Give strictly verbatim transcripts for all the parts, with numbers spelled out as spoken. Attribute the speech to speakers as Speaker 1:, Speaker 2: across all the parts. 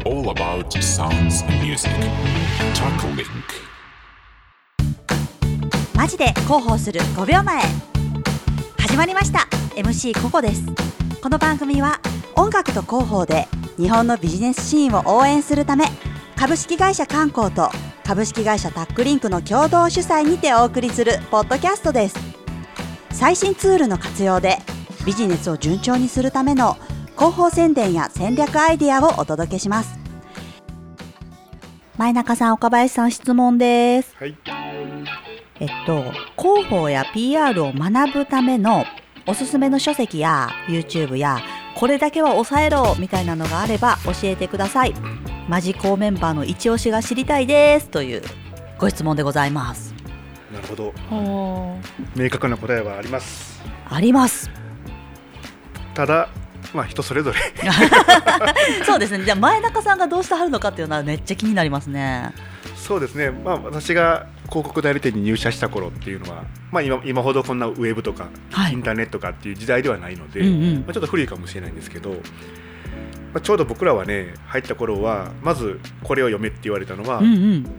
Speaker 1: all about sounds and music. TalkLink。
Speaker 2: マジで広報するごびょうまえ始まりました。 エムシー ココです。この番組は音楽と広報で日本のビジネスシーンを応援するため、株式会社観光と株式会社タックリンクの共同主催にてお送りするポッドキャストです。最新ツールの活用でビジネスを順調にするための広報宣伝や戦略アイデアをお届けします。前中さん、岡林さん、質問です。
Speaker 3: はい。
Speaker 2: えっと広報や ピーアール を学ぶためのおすすめの書籍や YouTube やこれだけは抑えろみたいなのがあれば教えてください。マジコーメンバーの一押しが知りたいですというご質問でございます。
Speaker 3: なるほど。明確な答えはあります。
Speaker 2: あります。
Speaker 3: ただまあ人それぞれ
Speaker 2: そうですね。じゃあ前中さんがどうしてはるのかっていうのはめっちゃ気になりますね。
Speaker 3: そうですね、まあ、私が広告代理店に入社した頃っていうのは、まあ、今, 今ほどこんなウェブとか、はい、インターネットかっていう時代ではないので、うんうんまあ、ちょっと古いかもしれないんですけど、まあ、ちょうど僕らはね入った頃はまずこれを読めって言われたのは、うんうん、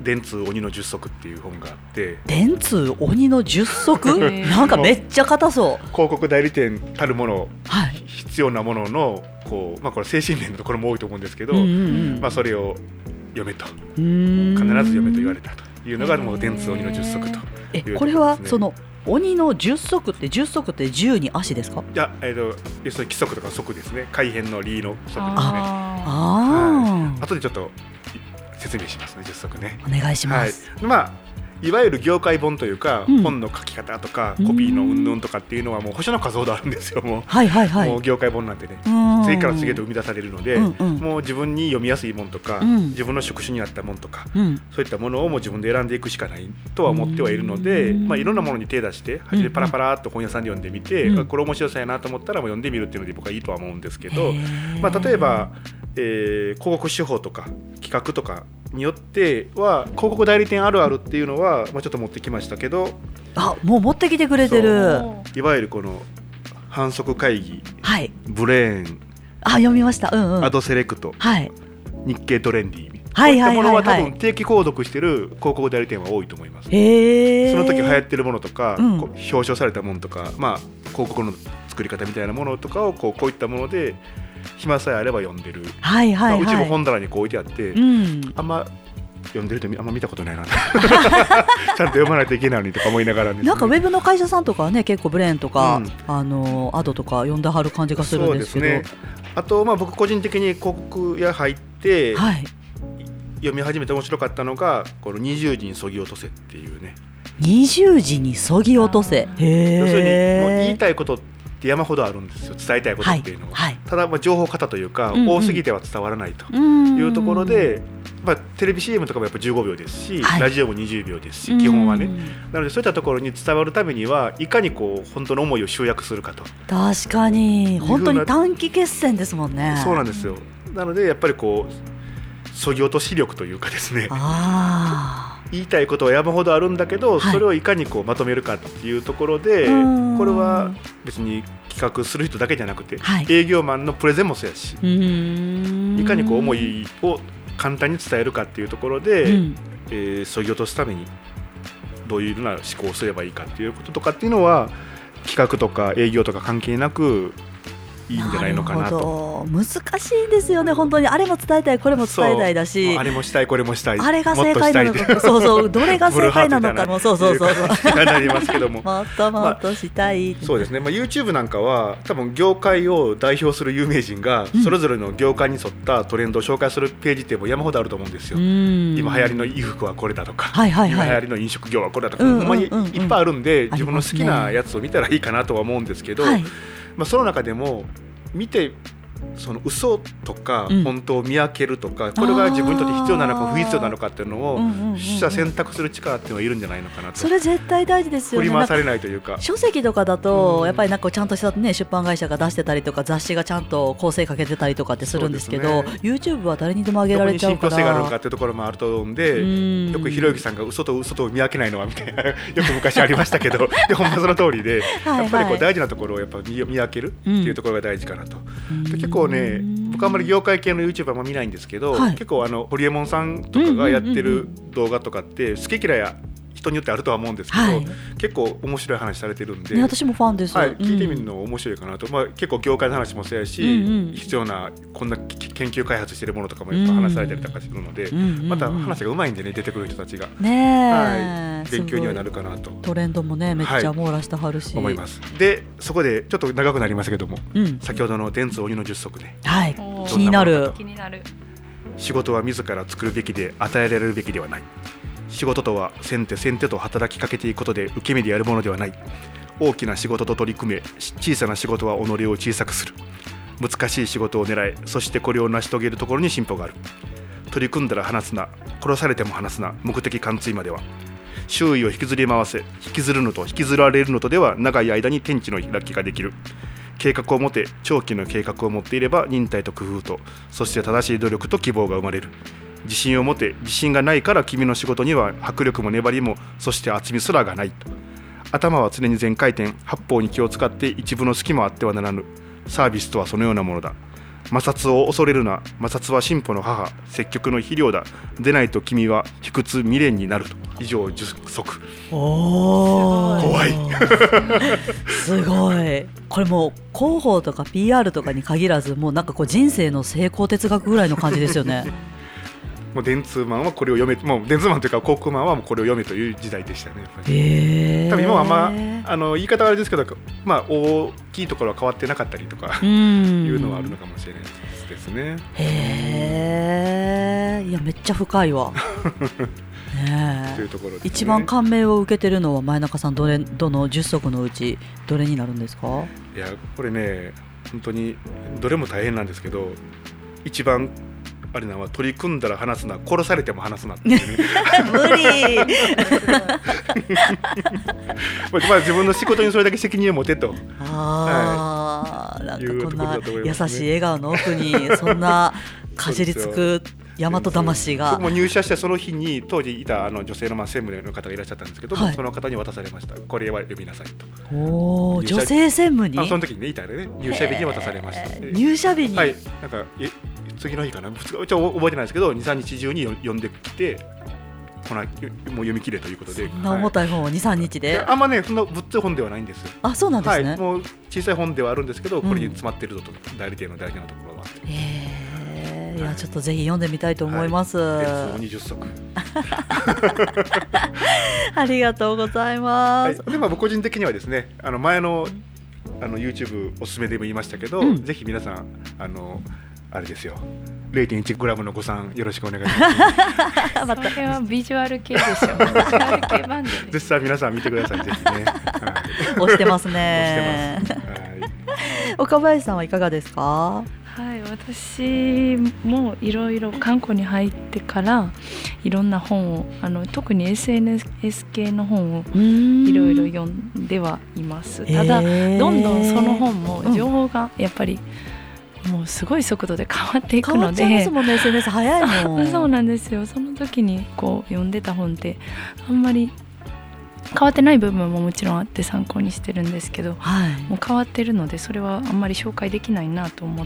Speaker 3: 電通鬼のじゅっ足っていう本があって。
Speaker 2: 電通鬼のじゅっ足なんかめっちゃ硬そう。
Speaker 3: 広告代理店たるもの、はい、必要なもののこう、まあ、これ精神面のところも多いと思うんですけど、うんうんうんまあ、それを読めと必ず読めと言われたというのがもう電通鬼のじゅっ足という、ね、
Speaker 2: えこれはその鬼のじゅっ足ってじゅっ足ってじゅうに足ですか？
Speaker 3: いや、えー、と要するに規則とか則ですね。改変の理の則ですね。
Speaker 2: あ
Speaker 3: あ、はい、後でちょっと説明しますね。じゅっ足ね、
Speaker 2: お願いします。
Speaker 3: はい、まあいわゆる業界本というか、うん、本の書き方とかコピーの云々とかっていうのはもう星の数ほどあるんですよ。もう、はいはいはい、もう業界本なんてね次から次へと生み出されるので、うんうん、もう自分に読みやすいものとか、うん、自分の職種に合ったものとか、うん、そういったものをもう自分で選んでいくしかないとは思ってはいるので、まあ、いろんなものに手出して初めパラパラっと本屋さんで読んでみて、うん、これ面白そうやなと思ったらもう読んでみるっていうので僕はいいとは思うんですけど、まあ、例えば、えー、広告手法とか企画とかによっては広告代理店あるあるっていうのは、まあ、ちょっと持ってきましたけど、
Speaker 2: あ、もう持ってきてくれてる。
Speaker 3: いわゆるこの反則会議、はい、ブレーン、
Speaker 2: あ、読みました、うんうん、
Speaker 3: アドセレクト、はい、日経トレンディー、
Speaker 2: はいはいはいはい、
Speaker 3: こういったものは多分定期購読してる広告代理店は多いと思います。
Speaker 2: へー、
Speaker 3: その時流行ってるものとか、うん、こう表彰されたものとか、まあ、広告の作り方みたいなものとかをこう、こういったもので暇さえあれば読んでる、はいはいはい、まあ、うちも本棚にこう置いてあって、うん、あんま読んでるとあんま見たことないなちゃんと読まないといけないのにとか思いながら、ね、
Speaker 2: なんかウェブの会社さんとかはね結構ブレーンとか、うん、あのアドとか読んではる感じがするんですけど。そうですね。
Speaker 3: あと、まあ、僕個人的に広告屋入って、はい、読み始めて面白かったのがこのにじゅうじにそぎ落とせっていうね。
Speaker 2: にじゅうじにそぎ落とせ、へー、
Speaker 3: 要するにもう言いたいことって山ほどあるんですよ。伝えたいことっていうのは、はいはい、ただまあ情報型というか、うんうん、多すぎては伝わらないというところで、まあ、テレビ シーエム とかもやっぱじゅうごびょうですし、はい、ラジオもにじゅうびょうですし基本はね。なのでそういったところに伝わるためにはいかにこう本当の思いを集約するかと。
Speaker 2: 確かに本当に短期決戦ですもんね。
Speaker 3: そうなんですよ。なのでやっぱりこうそぎ落とし力というかですね、
Speaker 2: あ
Speaker 3: 言いたいことは山ほどあるんだけど、はい、それをいかにこうまとめるかっていうところで、これは別に企画する人だけじゃなくて、はい、営業マンのプレゼンもそうやし、うーん、いかにこう思いを簡単に伝えるかっていうところで、うん、えー、そぎ落とすためにどういうような思考をすればいいかっていうこととかっていうのは企画とか営業とか関係なくいいんじゃないのかなと。
Speaker 2: 難しいんですよね本当に。あれも伝えたいこれも伝えたいだし、
Speaker 3: あれもしたいこれもしたい、
Speaker 2: あれが正解なのか、そうそう、どれが正解なのかもそうそうそうそう
Speaker 3: なりますけども
Speaker 2: もっともっとしたい、
Speaker 3: まあ、そうですね、まあ、YouTube なんかは多分業界を代表する有名人がそれぞれの業界に沿ったトレンドを紹介するページっても山ほどあると思うんですよ。今流行りの衣服はこれだとか、はいはいはい、今流行りの飲食業はこれだとか、うんうんうんうん、まあ、いっぱいあるんで自分の好きなやつを見たらいいかなとは思うんですけど、はい、まあ、その中でも見てその嘘とか本当を見分けるとか、うん、これが自分にとって必要なのか不必要なのかっていうのを取捨選択する力っていうのはいるんじゃないのかなと。
Speaker 2: それ絶対大事ですよね。
Speaker 3: 振り回されないというか、
Speaker 2: 書籍とかだとやっぱりなんかちゃんとした、ね、出版会社が出してたりとか雑誌がちゃんと構成かけてたりとかってするんですけど、ね、YouTube は誰にでも上げられちゃうから
Speaker 3: どこに信憑性があるのかっていうところもあると思うんで、うん、よくひろゆきさんが嘘と嘘と見分けないのはみたいなよく昔ありましたけどでほんまその通りで、はいはい、やっぱりこう大事なところをやっぱ見分けるっていうところが大事かなと、うん、で結構ね僕あんまり業界系の YouTuber も見ないんですけど、はい、結構あのホリエモンさんとかがやってる動画とかって好き嫌いや人によってあるとは思うんですけど、はい、結構面白い話されてるんで、
Speaker 2: ね、私もファンです、
Speaker 3: はい、聞いてみるの面白いかなと、うんまあ、結構業界の話もそうやし、うんうん、必要なこんな研究開発してるものとかもやっぱ話されたりとかするので、うんうんうん、また話がうまいんでね出てくる人たちが、
Speaker 2: ね
Speaker 3: はい、勉強にはなるかなと。
Speaker 2: トレンドもねめっちゃ網羅してはるし、
Speaker 3: はい、思います。でそこでちょっと長くなりましたけども、うん、先ほどの電通鬼のじゅっ足ね、
Speaker 2: はい、気になる。
Speaker 3: 仕事は自ら作るべきで与えられるべきではない。仕事とは先手先手と働きかけていくことで受け身でやるものではない。大きな仕事と取り組め、小さな仕事は己を小さくする。難しい仕事を狙え、そしてこれを成し遂げるところに進歩がある。取り組んだら離すな、殺されても離すな、目的貫通までは。周囲を引きずり回せ、引きずるのと引きずられるのとでは長い間に天地の開きができる。計画を持て、長期の計画を持っていれば忍耐と工夫と、そして正しい努力と希望が生まれる。自信を持て、自信がないから君の仕事には迫力も粘りも、そして厚みすらがない。頭は常に全回転、八方に気を使って一部の隙もあってはならぬ。サービスとはそのようなものだ。摩擦を恐れるな、摩擦は進歩の母、積極の肥料だ。でないと君は卑屈未練になると。以上じゅっ足。
Speaker 2: おー
Speaker 3: 怖い
Speaker 2: すごい。これもう広報とか ピーアール とかに限らず、もうなんかこう人生の成功哲学ぐらいの感じですよね
Speaker 3: もう電通マンはこれを読め、もう電通マンというか航空マンはもうこれを読めという時代でしたね。やっぱり
Speaker 2: へー、
Speaker 3: 多分今はあんまあの言い方はあれですけど、まあ、大きいところは変わってなかったりとかいうのはあるのかもしれないですね。
Speaker 2: へー、いやめっちゃ深いわね、
Speaker 3: というところですね。
Speaker 2: 一番感銘を受けてるのは前中さん、どれどのじゅっ足のうちどれになるんですか？
Speaker 3: いやこれね本当にどれも大変なんですけど、一番あれなのは取り組んだら離すな、殺されても離すなっていう、ね、
Speaker 2: 無理
Speaker 3: まあ自分の仕事にそれだけ責任を持てと。
Speaker 2: あ、はい、なんかこんな優しい笑顔の奥にそんなかじりつく大和魂が。
Speaker 3: もう入社したその日に当時いたあの女性のまあ専務の方がいらっしゃったんですけども、はい、その方に渡されました。これは読みなさいと。
Speaker 2: お、女性専務に？
Speaker 3: あ、その時にねいたね、入社日に渡されました。
Speaker 2: 入社日に、
Speaker 3: はい、なんかえ次の日かな、ちょっと覚えてないですけど にさんにち中に読んできて、このもう読み切れということで。
Speaker 2: そんな重たい本を にさんにちで、
Speaker 3: はい、あんまねそんなぶっつい本ではないんですよ。
Speaker 2: あ、そうなんですね。
Speaker 3: はい、もう小さい本ではあるんですけど、これに詰まっているぞと、うん、代理店の大事なところは。
Speaker 2: へー、いやちょっとぜひ読んでみたいと思います。
Speaker 3: はい、にじゅっ足
Speaker 2: ありがとうございます。
Speaker 3: はい、でまあ僕個人的にはですね、あの前のあの YouTube おすすめでも言いましたけど、うん、ぜひ皆さんあのあれですよ、 れいてんいちグラム のご参よろしくお願いします
Speaker 4: それはビジュアル系でしょビジュアル系番組
Speaker 3: 絶賛皆さん見てください、ぜひね、はい、
Speaker 2: 押してますね。
Speaker 3: 押してます、はい、
Speaker 2: 岡林さんはいかがですか？
Speaker 4: はい、私もいろいろ観光に入ってからいろんな本を、あの特に エスエヌエス 系の本をいろいろ読んではいます。ただどんどんその本も情報がやっぱりもうすごい速度で変わっていくので、
Speaker 2: 変わっちゃいますもんね、エスエヌエス 早いもん
Speaker 4: そうなんですよ。その時にこう読んでた本ってあんまり変わってない部分ももちろんあって参考にしてるんですけど、はい、もう変わってるのでそれはあんまり紹介できないなと思って、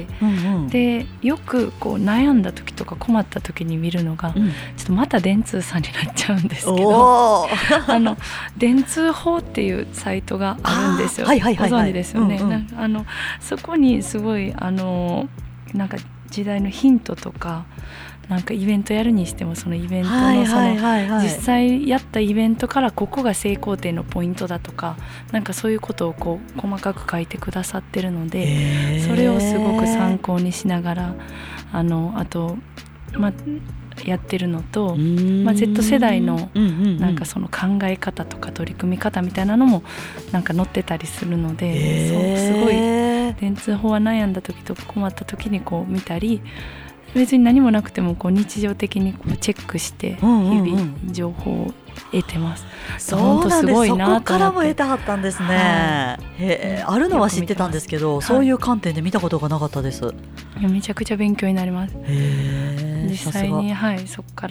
Speaker 4: うんうん、でよくこう悩んだ時とか困った時に見るのが、うん、ちょっとまた電通さんになっちゃうんですけどあの電通法っていうサイトがあるんですよ。はいはいはいはい、ご存知ですよね、うんうん、あのそこにすごいあのなんか時代のヒントとか、なんかイベントやるにしてもそのイベントのその実際やったイベントからここが成功点のポイントだとか、なんかそういうことをこう細かく書いてくださってるので、それをすごく参考にしながら、あのあと、ま、やってるのと、まあ、Z 世代のなんかその考え方とか取り組み方みたいなのもなんか載ってたりするので、そうすごい電通法は悩んだ時とか困った時にこう見たり、別に何もなくてもこう日常的にこうチェックして日々情報を得てます。
Speaker 2: そうなんです。そこからも得たかったんですね、はい、へあるのは知ってたんですけど、そういう観点で見たことがなかったです。
Speaker 4: いやめちゃくちゃ勉強になります。へ実際に、はい、そこから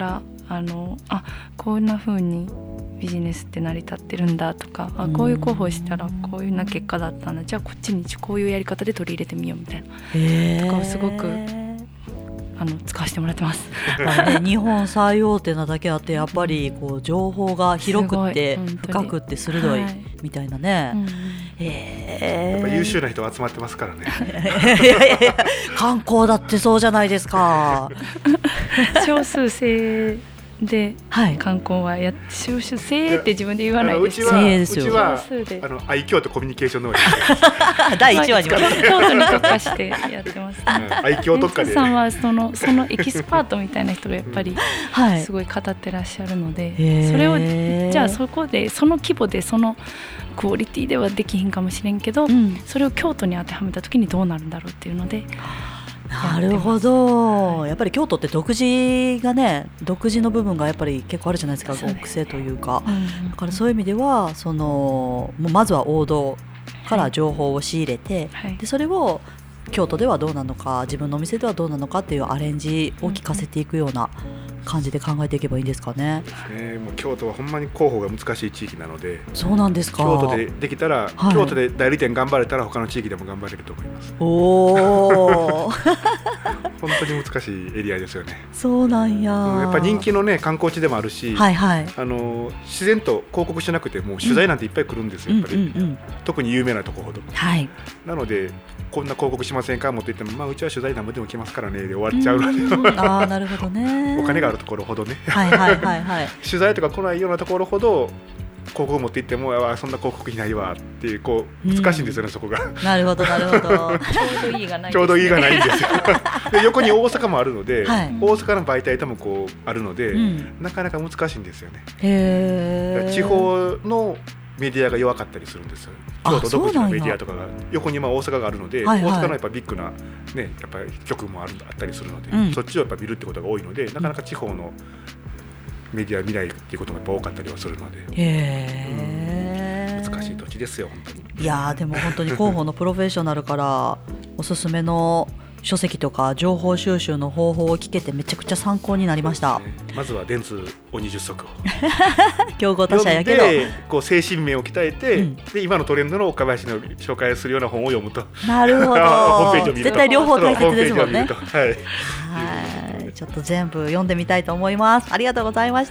Speaker 4: あのあこんな風にビジネスって成り立ってるんだとか、あこういう広報したらこういうな結果だったんだ、じゃあこっちにこういうやり方で取り入れてみようみたいな、えー、とかをすごくあの使わせてもらってます。
Speaker 2: ね、日本最大手なだけあってやっぱりこう情報が広くって深くって鋭いみたいなね、はい、うん、
Speaker 3: えー、やっぱ優秀な人集まってますからね。
Speaker 2: いやいやいや観光だってそうじゃないですか。
Speaker 4: 少数制で観光はやって、少数制って自分で言わないです。
Speaker 3: うちは、うちはあの愛嬌とコミュニケーション能力
Speaker 2: だいいちわに
Speaker 4: 京都に特化してやってます、ね、
Speaker 3: 愛嬌特化で、
Speaker 4: さんはそのそのエキスパートみたいな人がやっぱりすごい語ってらっしゃるので、はい、それをじゃあそこでその規模でそのクオリティではできひんかもしれんけど、うん、それを京都に当てはめた時にどうなるんだろうっていうので。
Speaker 2: なるほど。やっぱり京都って独自がね、独自の部分がやっぱり結構あるじゃないですか、癖というか、うん、だからそういう意味ではそのもうまずは王道から情報を仕入れて、はい、でそれを京都ではどうなのか、自分のお店ではどうなのかっていうアレンジを聞かせていくような感じで考えていけばいいんですかね。
Speaker 3: えー、もう京都はほんまに広報が難しい地域なので。
Speaker 2: そうなんですか。
Speaker 3: 京都でできたら、はい、京都で代理店頑張れたら他の地域でも頑張れると思います。
Speaker 2: お
Speaker 3: 本当に難しいエリアですよね。
Speaker 2: そうなんや。
Speaker 3: やっぱり人気のね観光地でもあるし、
Speaker 2: はいはい、
Speaker 3: あの自然と広告しなくても取材なんていっぱい来るんですよ、やっぱり、うんうんうん、特に有名なところほど、
Speaker 2: はい、
Speaker 3: なのでこんな広告しませんかもと言っても、まあ、うちは取材なんぼでも来ますからねで終わっちゃうので、
Speaker 2: ああなるほどね。
Speaker 3: お金があるところほどね、
Speaker 2: はいはいはいはい、
Speaker 3: 取材とか来ないようなところほど広告持って行ってもあそんな広告いないわっていう、こう難しいんですよね、うん、そこが。
Speaker 2: なるほどなるほど。ちょ
Speaker 4: うどいいがないですね。
Speaker 3: ちょうどいいがないんですよ。で横に大阪もあるので、はい、大阪の媒体ともこうあるので、うん、なかなか難しいんですよね。
Speaker 2: へー。
Speaker 3: 地方のメディアが弱かったりするんですよ。京都独自のメディアとかが横にまあ大阪があるので、はいはい、大阪のやっぱビッグな、ね、やっぱり局もあるあったりするので、うん、そっちをやっぱ見るってことが多いので、なかなか地方のメディア見ないっていうこともやっぱ多かったりはするので、
Speaker 2: へー、
Speaker 3: うん、難しい土地ですよ本当に。
Speaker 2: いやでも本当に広報のプロフェッショナルからおすすめの書籍とか情報収集の方法を聞けてめちゃくちゃ参考になりました、ね、
Speaker 3: まずは電通をにじゅっさくを
Speaker 2: 競合他社やけど
Speaker 3: こう精神面を鍛えて、うん、で今のトレンドの岡林の紹介するような本を読むと。
Speaker 2: なるほど。
Speaker 3: ホームページを見ると
Speaker 2: 絶対両方大切ですもんね。
Speaker 3: はい、はい
Speaker 2: ちょっと全部読んでみたいと思います。ありがとうございました。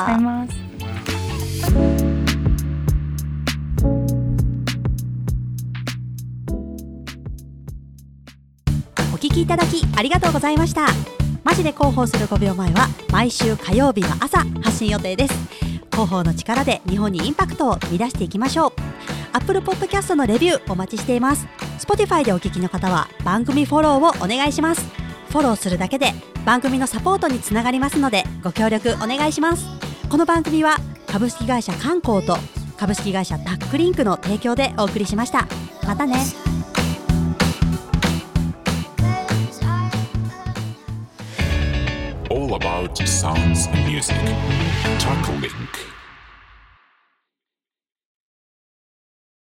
Speaker 4: ありがとうございます。
Speaker 2: お聞きいただきありがとうございました。マジで広報するごびょうまえは毎週火曜日の朝発信予定です。広報の力で日本にインパクトを生み出していきましょう。Apple Podcast のレビューお待ちしています。 Spotify でお聞きの方は番組フォローをお願いします。フォローするだけで番組のサポートにつながりますのでご協力お願いします。この番組は株式会社観光と株式会社タックリンクの提供でお送りしました。またね。
Speaker 1: All about sounds and music. Talk Link.